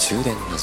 終電ラジ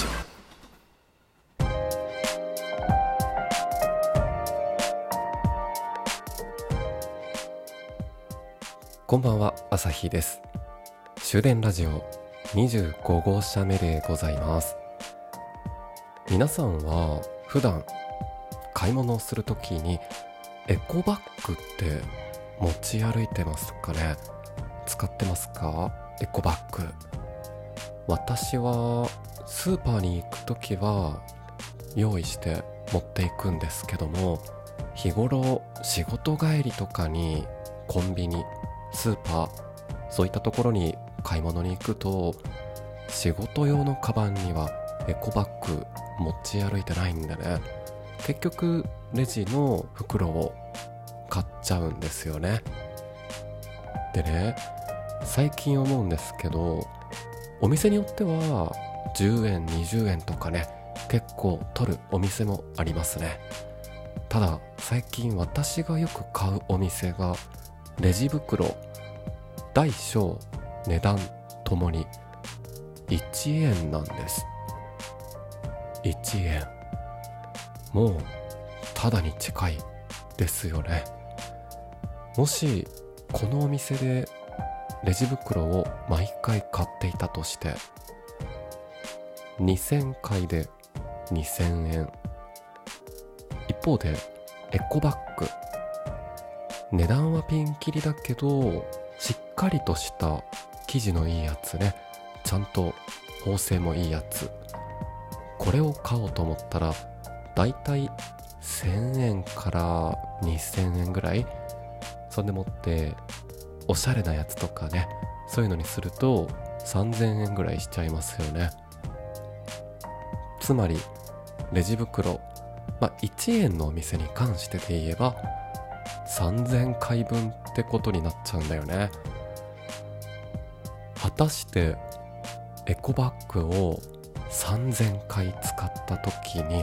オ。こんばんは、朝日です。終電ラジオ25号車目でございます。皆さんは普段買い物をするときにエコバッグって持ち歩いてますかね？使ってますか？エコバッグ。私はスーパーに行くときは用意して持っていくんですけども、日頃仕事帰りとかにコンビニ、スーパー、そういったところに買い物に行くと、仕事用のカバンにはエコバッグ持ち歩いてないんでね、結局レジの袋を買っちゃうんですよね。でね、最近思うんですけど、お店によっては10円20円とかね、結構取るお店もありますね。ただ最近私がよく買うお店がレジ袋、大小値段ともに1円なんです。1円、もうただに近いですよね。もしこのお店でレジ袋を毎回買っていたとして、2000回で2000円。一方でエコバッグ、値段はピンキリだけどしっかりとした生地のいいやつね、ちゃんと縫製もいいやつ、これを買おうと思ったらだいたい1000円から2000円ぐらい。そんでもっておしゃれなやつとかね、そういうのにすると3000円ぐらいしちゃいますよね。つまりレジ袋、1円のお店に関してで言えば3000回分ってことになっちゃうんだよね。果たしてエコバッグを3000回使った時に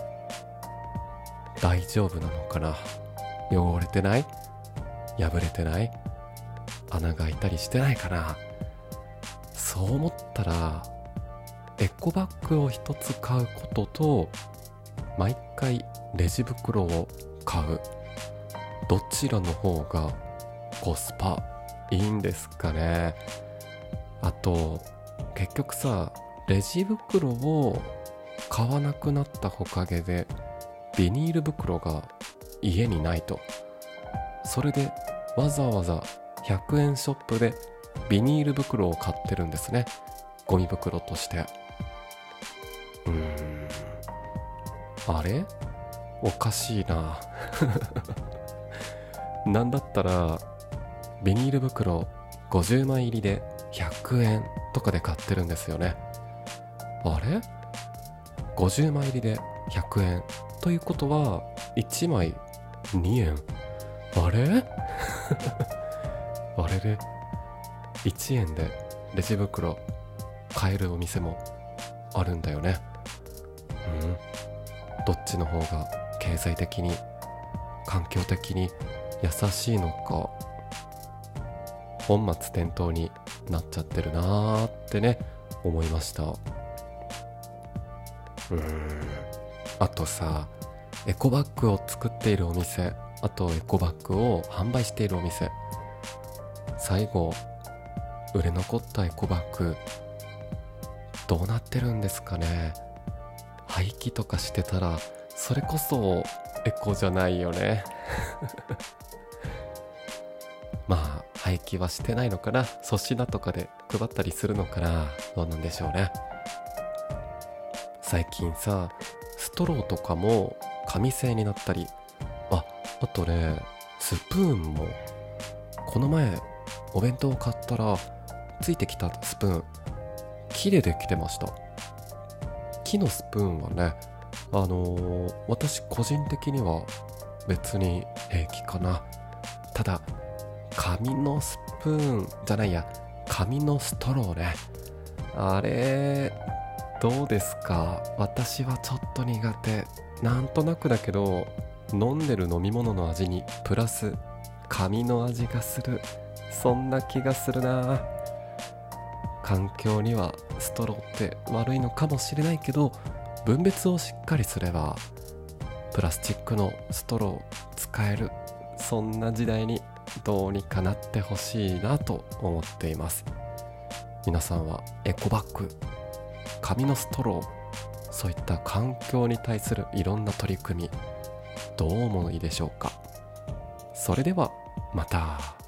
大丈夫なのかな？汚れてない？破れてない？穴が開いたりしてないかな？そう思ったらエコバッグを一つ買うことと毎回レジ袋を買う、どちらの方がコスパいいんですかね。あと結局さ、レジ袋を買わなくなったおかげでビニール袋が家にないと、それでわざわざ100円ショップでビニール袋を買ってるんですね、ゴミ袋として。あれ？おかしいななんだったらビニール袋50枚入りで100円とかで買ってるんですよね。あれ？ 50 枚入りで100円ということは1枚2円。あれあれで1円でレジ袋買えるお店もあるんだよね。どっちの方が経済的に環境的に優しいのか、本末転倒になっちゃってるなーってね、思いました。あとさ、エコバッグを作っているお店、あとエコバッグを販売しているお店、最後売れ残ったエコバッグどうなってるんですかね。廃棄とかしてたらそれこそエコじゃないよね廃棄はしてないのかな、粗品とかで配ったりするのかな、どうなんでしょうね。最近さ、ストローとかも紙製になったり、あとね、スプーンも、この前お弁当を買ったらついてきたスプーン木でできてました。木のスプーンはね、私個人的には別に平気かな。ただ紙のスプーンじゃないや、紙のストローね、あれどうですか？私はちょっと苦手。なんとなくだけど飲んでる飲み物の味にプラス紙の味がする、そんな気がするな。 環境にはストローって悪いのかもしれないけど、分別をしっかりすればプラスチックのストロー使える、そんな時代にどうにかなってほしいなと思っています。皆さんはエコバッグ、紙のストロー、そういった環境に対するいろんな取り組み、どう思いでしょうか。それではまた。